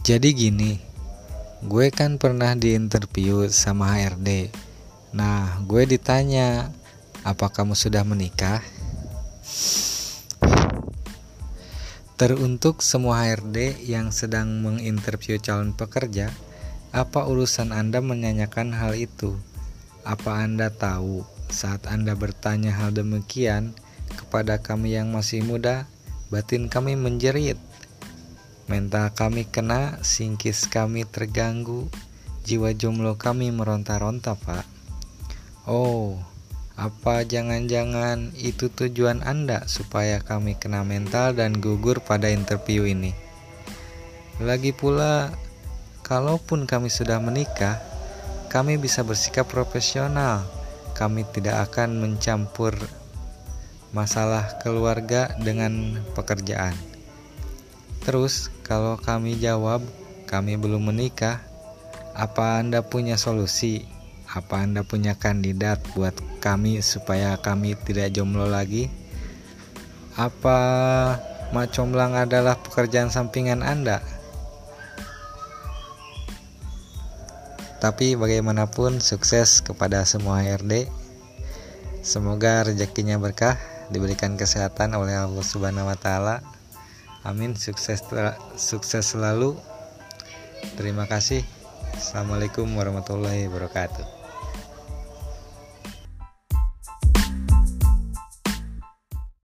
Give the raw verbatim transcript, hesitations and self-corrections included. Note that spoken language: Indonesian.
Jadi gini, gue kan pernah diinterview sama H R D. Nah, gue ditanya, apa kamu sudah menikah? Teruntuk semua H R D yang sedang menginterview calon pekerja, apa urusan Anda menanyakan hal itu? Apa Anda tahu saat Anda bertanya hal demikian kepada kami yang masih muda, batin kami menjerit, mental kami kena, psikis kami terganggu, jiwa jomblo kami meronta-ronta, Pak. Oh, apa jangan-jangan itu tujuan Anda supaya kami kena mental dan gugur pada interview ini? Lagi pula, kalaupun kami sudah menikah, kami bisa bersikap profesional. Kami tidak akan mencampur masalah keluarga dengan pekerjaan. Terus, kalau kami jawab, kami belum menikah, apa Anda punya solusi? Apa Anda punya kandidat buat kami supaya kami tidak jomblo lagi? Apa macomblang adalah pekerjaan sampingan Anda? Tapi bagaimanapun, sukses kepada semua H R D. Semoga rezekinya berkah, diberikan kesehatan oleh Allah Subhanahu wa taala. Amin, sukses sukses selalu. Terima kasih. Assalamualaikum warahmatullahi wabarakatuh.